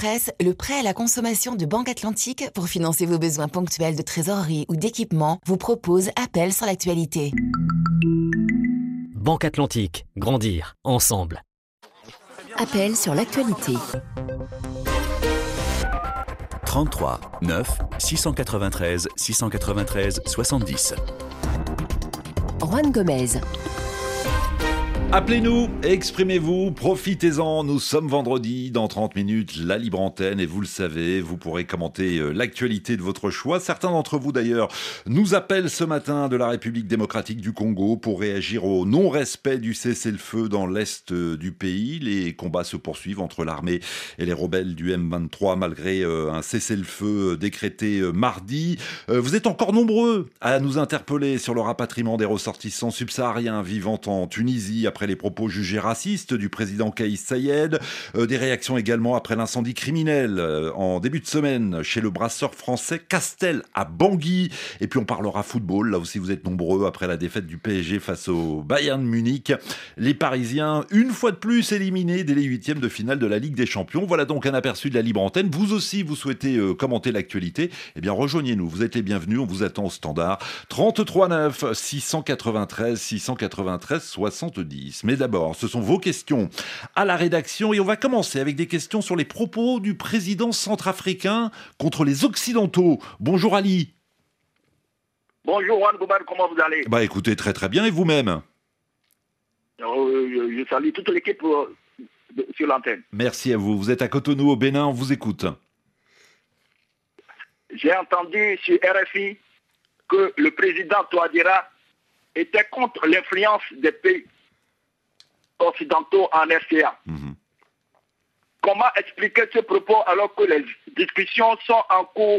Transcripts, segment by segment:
Express, le prêt à la consommation de Banque Atlantique pour financer vos besoins ponctuels de trésorerie ou d'équipement vous propose Appel sur l'actualité. Banque Atlantique, grandir ensemble. Appel sur l'actualité. 33 9 693 693 70. Juan Gomez. Appelez-nous, exprimez-vous, profitez-en, nous sommes vendredi, dans 30 minutes, la libre antenne, et vous le savez, vous pourrez commenter l'actualité de votre choix. Certains d'entre vous d'ailleurs nous appellent ce matin de la République démocratique du Congo pour réagir au non-respect du cessez-le-feu dans l'est du pays. Les combats se poursuivent entre l'armée et les rebelles du M23 malgré un cessez-le-feu décrété mardi. Vous êtes encore nombreux à nous interpeller sur le rapatriement des ressortissants subsahariens vivant en Tunisie après les propos jugés racistes du président Kais Saied, des réactions également après l'incendie criminel en début de semaine chez le brasseur français Castel à Bangui. Et puis on parlera football, là aussi vous êtes nombreux après la défaite du PSG face au Bayern de Munich. Les Parisiens, une fois de plus éliminés dès les huitièmes de finale de la Ligue des Champions. Voilà donc un aperçu de la libre antenne. Vous aussi, vous souhaitez commenter l'actualité, eh bien rejoignez-nous, vous êtes les bienvenus, on vous attend au standard 33 9 693 693 70. Mais d'abord, ce sont vos questions à la rédaction et on va commencer avec des questions sur les propos du président centrafricain contre les Occidentaux. Bonjour Ali. Bonjour Juan Gomez, comment vous allez? Écoutez, très très bien, et vous-même? Je salue toute l'équipe sur l'antenne. Merci à vous, vous êtes à Cotonou au Bénin, on vous écoute. J'ai entendu sur RFI que le président Touadéra était contre l'influence des pays occidentaux en RCA. Comment expliquer ce propos alors que les discussions sont en cours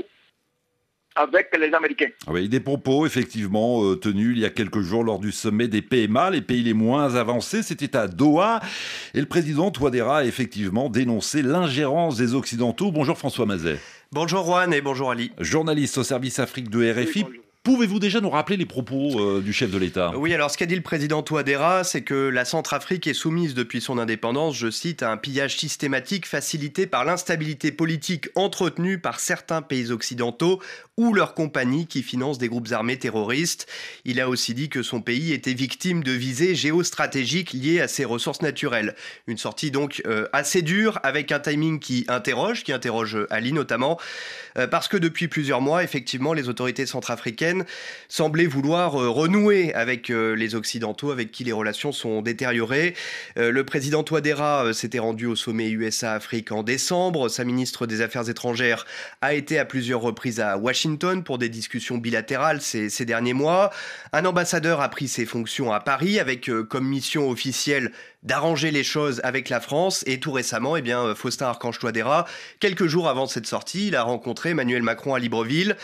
avec les Américains? Oui, des propos effectivement tenus il y a quelques jours lors du sommet des PMA, les pays les moins avancés, c'était à Doha. Et le président Touadéra a effectivement dénoncé l'ingérence des Occidentaux. Bonjour François Mazet. Bonjour Juan et bonjour Ali. Journaliste au service Afrique de RFI. Oui, Pouvez-vous déjà nous rappeler les propos du chef de l'État? Oui, alors ce qu'a dit le président Touadéra, c'est que la Centrafrique est soumise depuis son indépendance, je cite, à un pillage systématique facilité par l'instabilité politique entretenue par certains pays occidentaux ou leurs compagnies qui financent des groupes armés terroristes. Il a aussi dit que son pays était victime de visées géostratégiques liées à ses ressources naturelles. Une sortie donc assez dure, avec un timing qui interroge Ali notamment, parce que depuis plusieurs mois, effectivement, les autorités centrafricaines semblaient vouloir renouer avec les Occidentaux, avec qui les relations sont détériorées. Le président Touadéra s'était rendu au sommet USA-Afrique en décembre. Sa ministre des Affaires étrangères a été à plusieurs reprises à Washington pour des discussions bilatérales ces derniers mois. Un ambassadeur a pris ses fonctions à Paris avec comme mission officielle d'arranger les choses avec la France. Et tout récemment, Faustin Archange-Touadéra, quelques jours avant cette sortie, il a rencontré Emmanuel Macron à Libreville,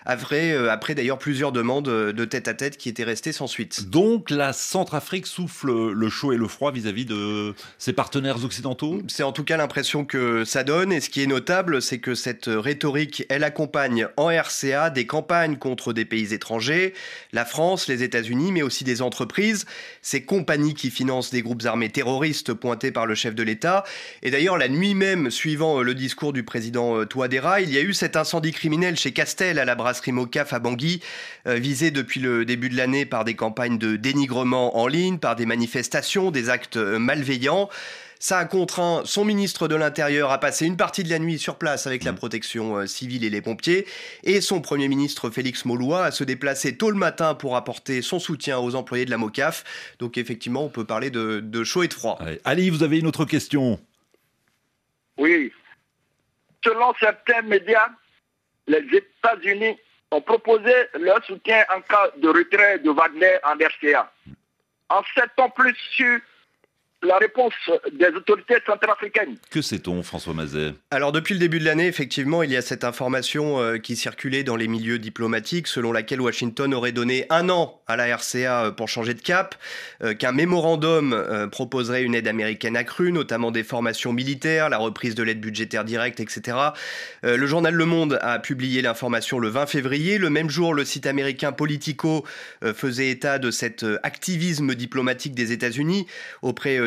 après d'ailleurs plusieurs demandes de tête-à-tête qui étaient restées sans suite. Donc la Centrafrique souffle le chaud et le froid vis-à-vis de ses partenaires occidentaux? C'est en tout cas l'impression que ça donne. Et ce qui est notable, c'est que cette rhétorique, elle accompagne en RCA des campagnes contre des pays étrangers, la France, les États-Unis, mais aussi des entreprises, ces compagnies qui financent des groupes armés terroristes pointés par le chef de l'État. Et d'ailleurs, la nuit même, suivant le discours du président Touadéra, il y a eu cet incendie criminel chez Castel à la brasserie Mocaf à Bangui, visé depuis le début de l'année par des campagnes de dénigrement en ligne, par des manifestations, des actes malveillants. Ça a contraint son ministre de l'Intérieur à passer une partie de la nuit sur place avec la protection civile et les pompiers, et son Premier ministre Félix Moloua à se déplacer tôt le matin pour apporter son soutien aux employés de la MOCAF. Donc effectivement, on peut parler de chaud et de froid. Allez. Ali, vous avez une autre question? Oui. Selon certains médias, les États-Unis ont proposé leur soutien en cas de retrait de Wagner en RCA. En sait-on plus sur la réponse des autorités centrafricaines? Que sait-on, François Mazet? Alors depuis le début de l'année, effectivement, il y a cette information qui circulait dans les milieux diplomatiques selon laquelle Washington aurait donné 1 an à la RCA pour changer de cap, qu'un mémorandum proposerait une aide américaine accrue, notamment des formations militaires, la reprise de l'aide budgétaire directe, etc. Le journal Le Monde a publié l'information le 20 février. Le même jour, le site américain Politico faisait état de cet activisme diplomatique des États-Unis auprès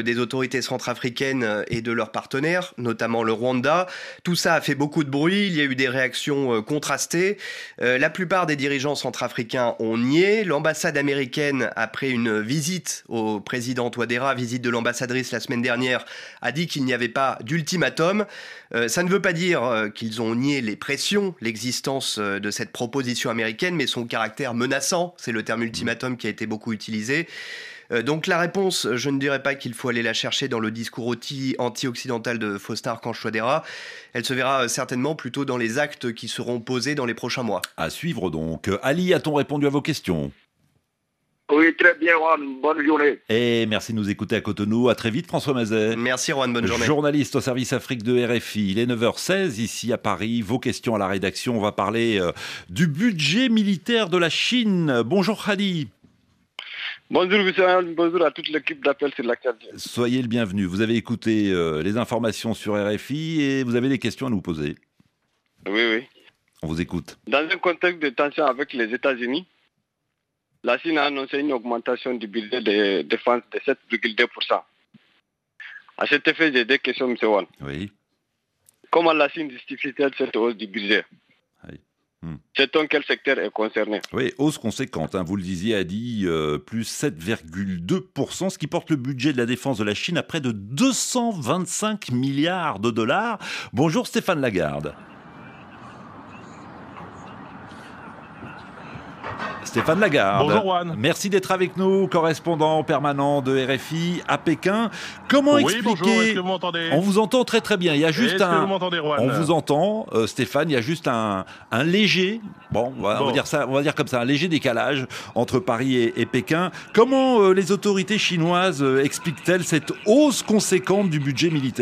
des autorités centrafricaines et de leurs partenaires, notamment le Rwanda. Tout ça a fait beaucoup de bruit, il y a eu des réactions contrastées. La plupart des dirigeants centrafricains ont nié. L'ambassade américaine, après une visite au président Touadéra, visite de l'ambassadrice la semaine dernière, a dit qu'il n'y avait pas d'ultimatum. Ça ne veut pas dire qu'ils ont nié les pressions, l'existence de cette proposition américaine, mais son caractère menaçant, c'est le terme ultimatum qui a été beaucoup utilisé. Donc la réponse, je ne dirais pas qu'il faut aller la chercher dans le discours anti-occidental de Faustin Archange-Touadéra. Elle se verra certainement plutôt dans les actes qui seront posés dans les prochains mois. À suivre donc. Ali, a-t-on répondu à vos questions ? Oui, très bien, Juan. Bonne journée. Et merci de nous écouter à Cotonou. À très vite, François Mazet. Merci, Juan. Bonne journée. Journaliste au service Afrique de RFI. Il est 9h16 ici à Paris. Vos questions à la rédaction. On va parler du budget militaire de la Chine. Bonjour, Khadi. Bonjour, Lucien. Bonjour à toute l'équipe d'Appel sur l'actualité. Soyez le bienvenu. Vous avez écouté les informations sur RFI et vous avez des questions à nous poser. Oui. On vous écoute. Dans un contexte de tension avec les États-Unis, la Chine a annoncé une augmentation du budget de défense de 7,2%. À cet effet, j'ai deux questions, M. Wan. Oui. Comment la Chine justifie-t-elle cette hausse du budget ? Sait-on quel secteur est concerné ? Oui, hausse conséquente, vous le disiez, a dit plus 7,2%, ce qui porte le budget de la défense de la Chine à près de 225 milliards de dollars. Bonjour Stéphane Lagarde. Stéphane Lagarde. Bonjour Juan. Merci d'être avec nous, correspondant permanent de RFI à Pékin. Comment expliquer... Bonjour, est-ce que vous m'entendez ? On vous entend très très bien. Il y a juste est-ce que vous m'entendez, Juan ? On vous entend, Stéphane. Il y a juste un léger, on va dire ça, on va dire comme ça, un léger décalage entre Paris et Pékin. Comment les autorités chinoises expliquent-elles cette hausse conséquente du budget militaire ?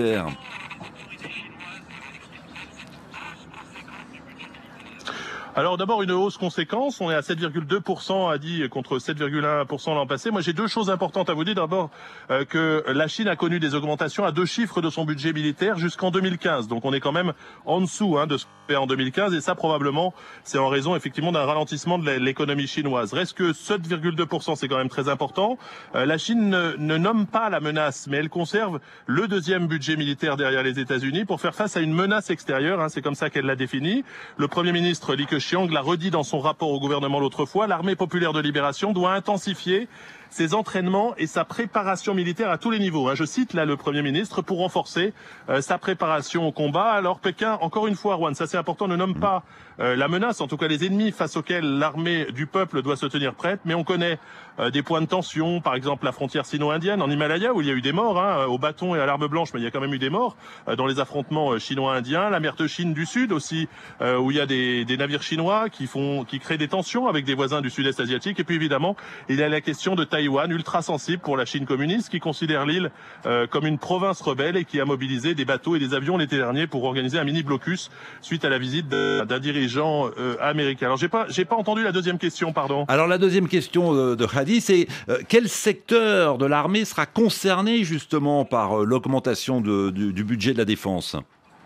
Alors d'abord une hausse conséquence, on est à 7,2% a dit contre 7,1% l'an passé. Moi j'ai deux choses importantes à vous dire. D'abord que la Chine a connu des augmentations à deux chiffres de son budget militaire jusqu'en 2015. Donc on est quand même en dessous de ce qu'on fait en 2015 et ça probablement c'est en raison effectivement d'un ralentissement de l'économie chinoise. Reste que 7,2% c'est quand même très important. La Chine ne nomme pas la menace mais elle conserve le deuxième budget militaire derrière les États-Unis pour faire face à une menace extérieure. C'est comme ça qu'elle l'a défini. Le Premier ministre Li Keqiang l'a redit dans son rapport au gouvernement l'autre fois, l'armée populaire de libération doit intensifier ses entraînements et sa préparation militaire à tous les niveaux. Je cite là le Premier ministre pour renforcer sa préparation au combat. Alors Pékin, encore une fois, Juan, ça c'est important, ne nomme pas la menace, en tout cas les ennemis face auxquels l'armée du peuple doit se tenir prête, mais on connaît des points de tension, par exemple la frontière sino-indienne en Himalaya où il y a eu des morts au bâton et à l'arme blanche, mais il y a quand même eu des morts dans les affrontements chinois-indiens, la mer de Chine du Sud aussi où il y a des navires chinois qui créent des tensions avec des voisins du sud-est asiatique, et puis évidemment il y a la question de Taïwan, ultra sensible pour la Chine communiste, qui considère l'île comme une province rebelle et qui a mobilisé des bateaux et des avions l'été dernier pour organiser un mini-blocus suite à la visite d'un dirigeant américain. Alors j'ai pas entendu la deuxième question, pardon. Alors la deuxième question de Khadi, c'est quel secteur de l'armée sera concerné justement par l'augmentation du budget de la défense ?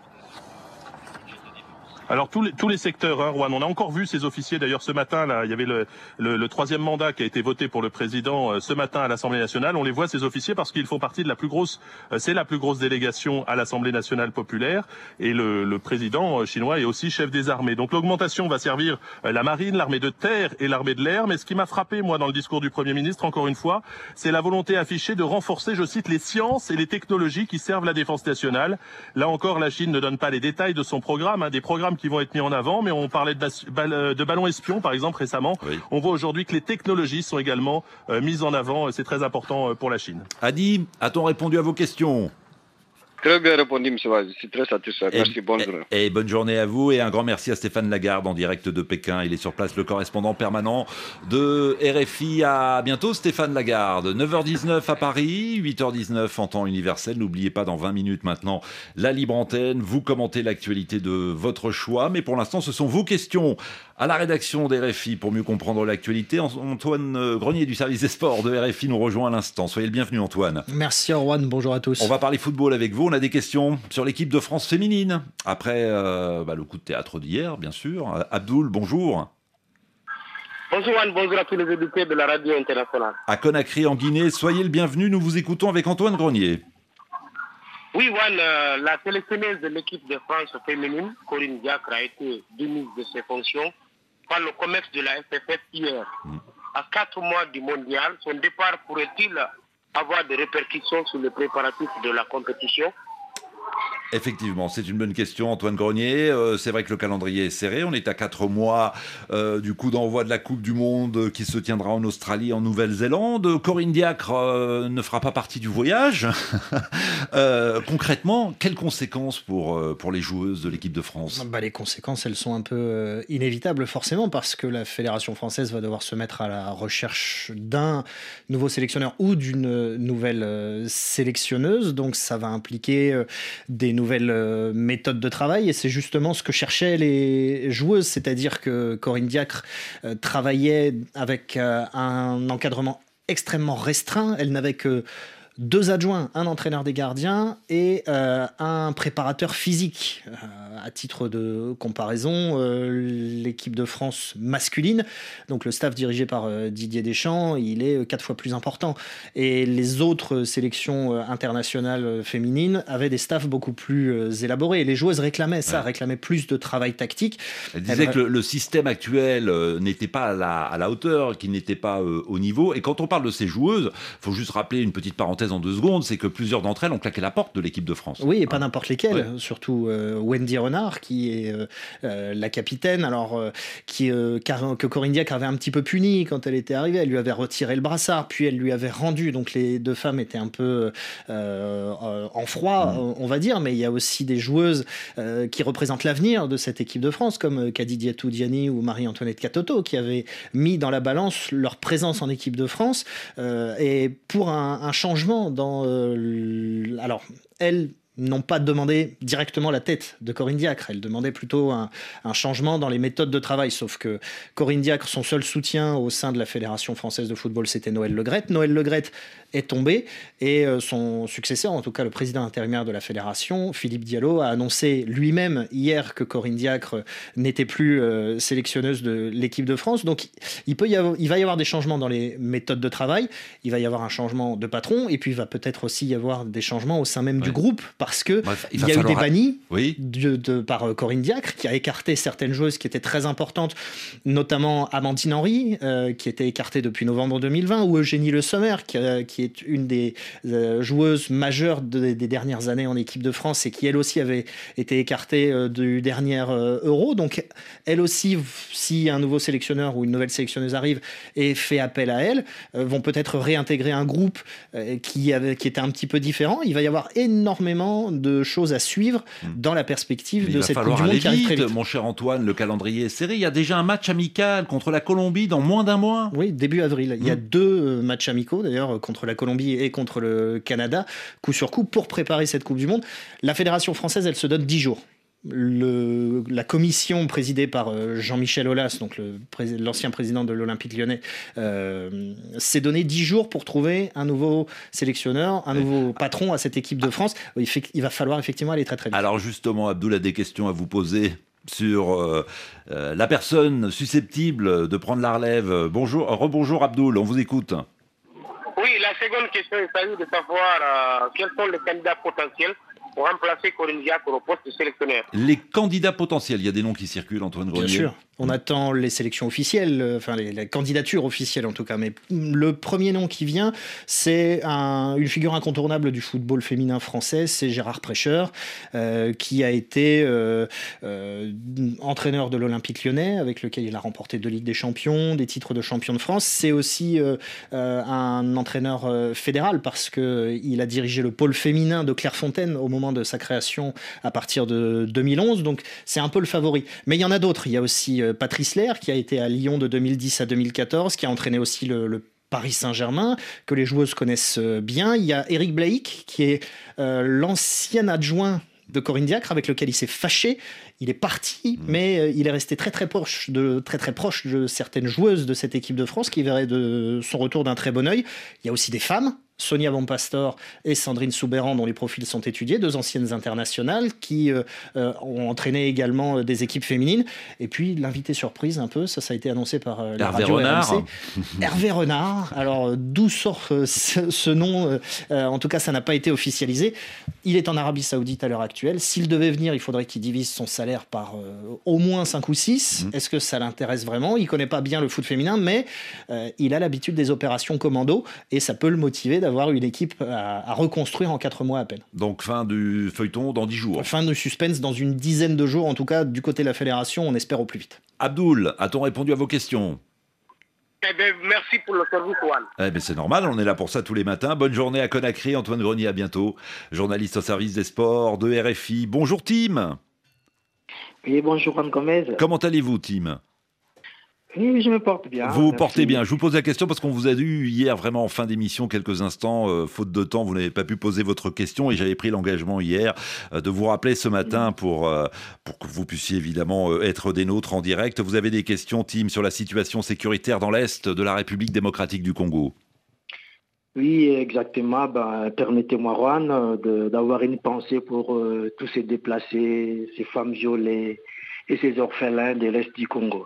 Alors tous les secteurs, Juan, on a encore vu ces officiers. D'ailleurs ce matin, là, il y avait le troisième mandat qui a été voté pour le président ce matin à l'Assemblée nationale. On les voit ces officiers parce qu'ils font partie de la plus grosse délégation à l'Assemblée nationale populaire. Et le président chinois est aussi chef des armées. Donc l'augmentation va servir la marine, l'armée de terre et l'armée de l'air. Mais ce qui m'a frappé, moi, dans le discours du Premier ministre, encore une fois, c'est la volonté affichée de renforcer, je cite, les sciences et les technologies qui servent la défense nationale. Là encore, la Chine ne donne pas les détails de son programme, des programmes qui vont être mis en avant, mais on parlait de ballons espions, par exemple, récemment. Oui. On voit aujourd'hui que les technologies sont également mises en avant. C'est très important pour la Chine. Hadi, a-t-on répondu à vos questions ? Très bien répondu, M. Waz. Je suis très satisfait. Merci, bonne journée. Et bonne journée à vous et un grand merci à Stéphane Lagarde en direct de Pékin. Il est sur place, le correspondant permanent de RFI. À bientôt, Stéphane Lagarde. 9h19 à Paris, 8h19 en temps universel. N'oubliez pas, dans 20 minutes maintenant, la libre antenne. Vous commentez l'actualité de votre choix. Mais pour l'instant, ce sont vos questions à la rédaction d'RFI pour mieux comprendre l'actualité. Antoine Grenier du service des sports de RFI nous rejoint à l'instant. Soyez le bienvenu, Antoine. Merci, Erwan. Bonjour à tous. On va parler football avec vous. On a des questions sur l'équipe de France féminine. Après le coup de théâtre d'hier, bien sûr. Abdoul, bonjour. Bonjour Anne, bonjour à tous les auditeurs de la radio internationale. À Conakry, en Guinée, soyez le bienvenu, nous vous écoutons avec Antoine Grenier. Oui, Juan, la sélectionneuse de l'équipe de France féminine, Corinne Diacre, a été démise de ses fonctions par le COMEX de la FFF hier. À 4 mois du mondial, son départ pourrait-il avoir des répercussions sur les préparatifs de la compétition ? Effectivement, c'est une bonne question, Antoine Grenier. C'est vrai que le calendrier est serré. On est à 4 mois du coup d'envoi de la Coupe du Monde qui se tiendra en Australie, en Nouvelle-Zélande. Corinne Diacre ne fera pas partie du voyage. Concrètement, quelles conséquences pour les joueuses de l'équipe de France ? Les conséquences, elles sont un peu inévitables forcément, parce que la Fédération française va devoir se mettre à la recherche d'un nouveau sélectionneur ou d'une nouvelle sélectionneuse. Donc ça va impliquer des nouvelles méthodes de travail, et c'est justement ce que cherchaient les joueuses, c'est-à-dire que Corinne Diacre travaillait avec un encadrement extrêmement restreint. Elle n'avait que 2 adjoints, un entraîneur des gardiens et un préparateur physique. À titre de comparaison, l'équipe de France masculine, donc le staff dirigé par Didier Deschamps, il est 4 fois plus important. Et les autres sélections internationales féminines avaient des staffs beaucoup plus élaborés. Et les joueuses réclamaient ça, réclamaient plus de travail tactique. Elle disait que le système actuel n'était pas à la hauteur, qu'il n'était pas au niveau. Et quand on parle de ces joueuses, il faut juste rappeler une petite parenthèse en 2 secondes, c'est que plusieurs d'entre elles ont claqué la porte de l'équipe de France. Oui, et pas n'importe lesquelles, surtout Wendy Renard, qui est la capitaine, que Corinne Diacre avait un petit peu punie quand elle était arrivée. Elle lui avait retiré le brassard, puis elle lui avait rendu. Donc les 2 femmes étaient un peu en froid, on va dire, mais il y a aussi des joueuses qui représentent l'avenir de cette équipe de France, comme Kadidiatou Diani ou Marie-Antoinette Katoto, qui avaient mis dans la balance leur présence en équipe de France, et pour un changement dans... alors, elles n'ont pas demandé directement la tête de Corinne Diacre, elles demandaient plutôt un changement dans les méthodes de travail, sauf que Corinne Diacre, son seul soutien au sein de la Fédération française de football, c'était Noël Le Graët. Noël Le Graët est tombé, et son successeur, en tout cas le président intérimaire de la Fédération, Philippe Diallo, a annoncé lui-même hier que Corinne Diacre n'était plus sélectionneuse de l'équipe de France. Donc il va y avoir des changements dans les méthodes de travail, il va y avoir un changement de patron, et puis il va peut-être aussi y avoir des changements au sein même du groupe, parce que il y a eu des bannis par Corinne Diacre, qui a écarté certaines joueuses qui étaient très importantes, notamment Amandine Henry, qui était écartée depuis novembre 2020, ou Eugénie Le Sommer, qui est une des joueuses majeures des dernières années en équipe de France, et qui elle aussi avait été écartée du dernier Euro. Donc elle aussi, si un nouveau sélectionneur ou une nouvelle sélectionneuse arrive et fait appel à elle, vont peut-être réintégrer un groupe qui était un petit peu différent. Il va y avoir énormément de choses à suivre dans la perspective de cette Coupe du Monde qui arrive très vite. Mon cher Antoine, le calendrier est serré. Il y a déjà un match amical contre la Colombie dans moins d'1 mois. Oui, début avril. Il y a 2 matchs amicaux d'ailleurs, contre la Colombie et contre le Canada, coup sur coup, pour préparer cette Coupe du Monde. La Fédération française, elle se donne 10 jours. La commission présidée par Jean-Michel Aulas, donc l'ancien président de l'Olympique Lyonnais, s'est donné 10 jours pour trouver un nouveau sélectionneur, un nouveau patron à cette équipe de France. Il va falloir effectivement aller très très vite. Alors justement, Abdoul a des questions à vous poser sur la personne susceptible de prendre la relève. Rebonjour Abdoul, on vous écoute. Oui, la seconde question, il s'agit de savoir quels sont les candidats potentiels pour remplacer Corinne Diacre au poste de sélectionneur. Les candidats potentiels, il y a des noms qui circulent, Antoine Grenier. Bien sûr. On attend les sélections officielles, enfin les candidatures officielles en tout cas, mais le premier nom qui vient, c'est une figure incontournable du football féminin français, c'est Gérard Prêcheur, qui a été entraîneur de l'Olympique Lyonnais, avec lequel il a remporté 2 Ligues des Champions, des titres de champion de France. C'est aussi un entraîneur fédéral, parce qu'il a dirigé le pôle féminin de Clairefontaine au moment de sa création à partir de 2011, donc c'est un peu le favori. Mais il y en a d'autres, il y a aussi Patrice Lair, qui a été à Lyon de 2010 à 2014, qui a entraîné aussi le Paris Saint-Germain, que les joueuses connaissent bien. Il y a Eric Blaïc, qui est l'ancien adjoint de Corinne Diacre, avec lequel il s'est fâché. Il est parti, mais il est resté très très proche de certaines joueuses de cette équipe de France, qui verraient de son retour d'un très bon œil. Il y a aussi des femmes Sonia Bonpastor et Sandrine Soubeyran, dont les profils sont étudiés, 2 anciennes internationales qui ont entraîné également des équipes féminines. Et puis l'invité surprise un peu, ça a été annoncé par la radio RMC. Hervé Renard. Alors d'où sort ce nom en tout cas, ça n'a pas été officialisé. Il est en Arabie Saoudite à l'heure actuelle. S'il devait venir, il faudrait qu'il divise son salaire par au moins 5 ou 6. Est-ce que ça l'intéresse vraiment ? Il ne connaît pas bien le foot féminin, mais il a l'habitude des opérations commando et ça peut le motiver d'avoir une équipe à reconstruire en 4 mois à peine. Donc fin du feuilleton dans 10 jours. Fin du suspense dans une dizaine de jours, en tout cas du côté de la fédération, on espère au plus vite. Abdoul, a-t-on répondu à vos questions ? Eh bien, merci pour le service, Juan. Eh bien, c'est normal, on est là pour ça tous les matins. Bonne journée à Conakry, Antoine Grenier, à bientôt. Journaliste au service des sports de RFI. Bonjour Tim. Oui, bonjour Juan Gomez. Comment allez-vous Tim ? Oui, je me porte bien. Vous vous portez bien. Je vous pose la question parce qu'on vous a eu hier vraiment en fin d'émission quelques instants. Faute de temps, vous n'avez pas pu poser votre question et j'avais pris l'engagement hier de vous rappeler ce matin pour que vous puissiez évidemment être des nôtres en direct. Vous avez des questions, Tim, sur la situation sécuritaire dans l'Est de la République démocratique du Congo ? Oui, exactement. Permettez-moi, Juan, d'avoir une pensée pour tous ces déplacés, ces femmes violées et ces orphelins de l'Est du Congo.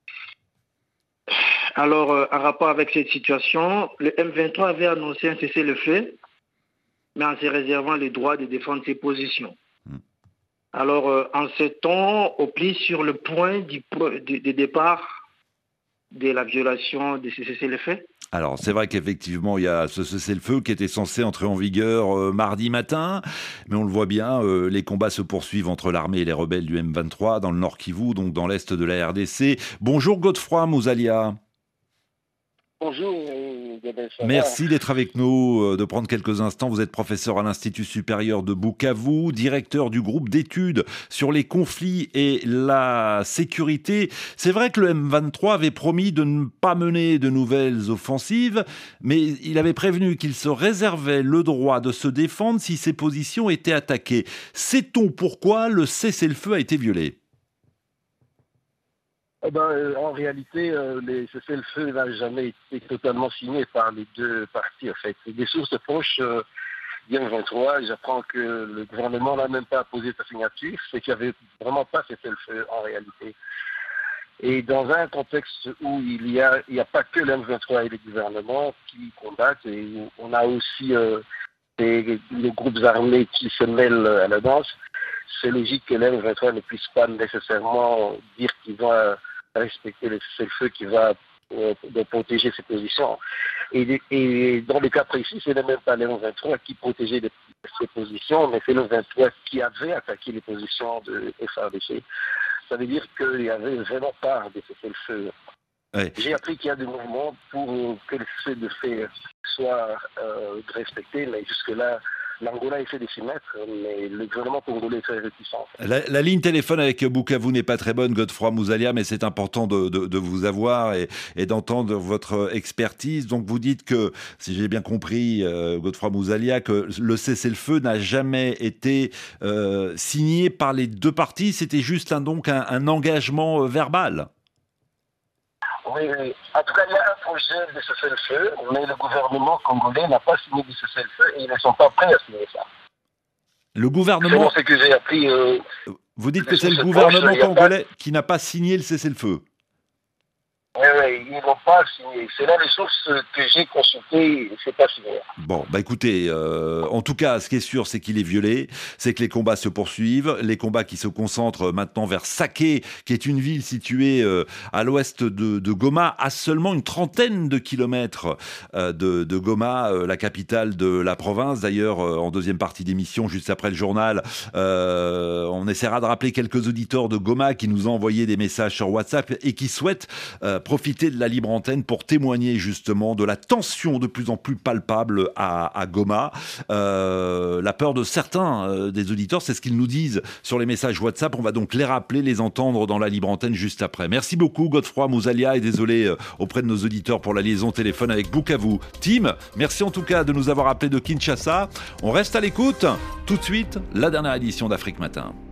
Alors, en rapport avec cette situation, le M23 avait annoncé un cessez-le-feu, mais en se réservant le droit de défendre ses positions. Alors, en ce temps, on plie sur le point du départ de la violation de ce cessez-le-feu. Alors, c'est vrai qu'effectivement, il y a ce cessez-le-feu qui était censé entrer en vigueur mardi matin, mais on le voit bien, les combats se poursuivent entre l'armée et les rebelles du M23 dans le Nord Kivu, donc dans l'Est de la RDC. Bonjour Godefroy Mouzalia. Bonjour. Merci d'être avec nous, de prendre quelques instants. Vous êtes professeur à l'Institut supérieur de Bukavu, directeur du groupe d'études sur les conflits et la sécurité. C'est vrai que le M23 avait promis de ne pas mener de nouvelles offensives, mais il avait prévenu qu'il se réservait le droit de se défendre si ses positions étaient attaquées. Sait-on pourquoi le cessez-le-feu a été violé ? En réalité, le cessez-le-feu n'a jamais été totalement signé par les deux parties. En fait, des sources proches du M23, j'apprends que le gouvernement n'a même pas posé sa signature, c'est qu'il n'y avait vraiment pas cessez-le-feu en réalité. Et dans un contexte où il y a pas que le M23 et les gouvernements qui combattent, et où on a aussi les groupes armés qui se mêlent à la danse, c'est logique que le M23 ne puisse pas nécessairement dire qu'il va respecter le cessez-le-feu, qui va protéger ses positions. Et dans le cas précis, ce n'est même pas le M23 qui protégeait ses positions, mais c'est le M23 qui avait attaqué les positions de FARDC. Ça veut dire qu'il n'y avait vraiment pas de cessez-le-feu. Ouais. J'ai appris qu'il y a des mouvements pour que le cessez-le-feu soit respecté, mais jusque-là, l'Angola essaie de s'y mettre, mais le gouvernement congolais est très réticent. La ligne téléphone avec Bukavu n'est pas très bonne, Godefroy Mouzalia, mais c'est important de vous avoir et d'entendre votre expertise. Donc vous dites que, si j'ai bien compris, Godefroy Mouzalia, que le cessez-le-feu n'a jamais été signé par les deux parties, c'était juste un engagement verbal. Oui. En tout cas, il y a un projet de cessez-le-feu, mais le gouvernement congolais n'a pas signé de cessez-le-feu et ils ne sont pas prêts à signer ça. Le gouvernement... C'est ce que j'ai appris. Vous dites que c'est le gouvernement congolais qui n'a pas signé le cessez-le-feu. Oui, ils n'ont pas signé. C'est là les sources que j'ai consultées, c'est pas signé. Bon, écoutez, en tout cas, ce qui est sûr, c'est qu'il est violé, c'est que les combats se poursuivent, les combats qui se concentrent maintenant vers Saké, qui est une ville située à l'ouest de Goma, à seulement une trentaine de kilomètres de Goma, la capitale de la province. D'ailleurs, en deuxième partie d'émission, juste après le journal, on essaiera de rappeler quelques auditeurs de Goma qui nous ont envoyé des messages sur WhatsApp et qui souhaitent profiter de la libre antenne pour témoigner justement de la tension de plus en plus palpable à Goma. La peur de certains des auditeurs, c'est ce qu'ils nous disent sur les messages WhatsApp. On va donc les rappeler, les entendre dans la libre antenne juste après. Merci beaucoup Godefroy Mouzalia et désolé auprès de nos auditeurs pour la liaison téléphone avec Bukavu. Tim, merci en tout cas de nous avoir appelés de Kinshasa. On reste à l'écoute. Tout de suite, la dernière édition d'Afrique Matin.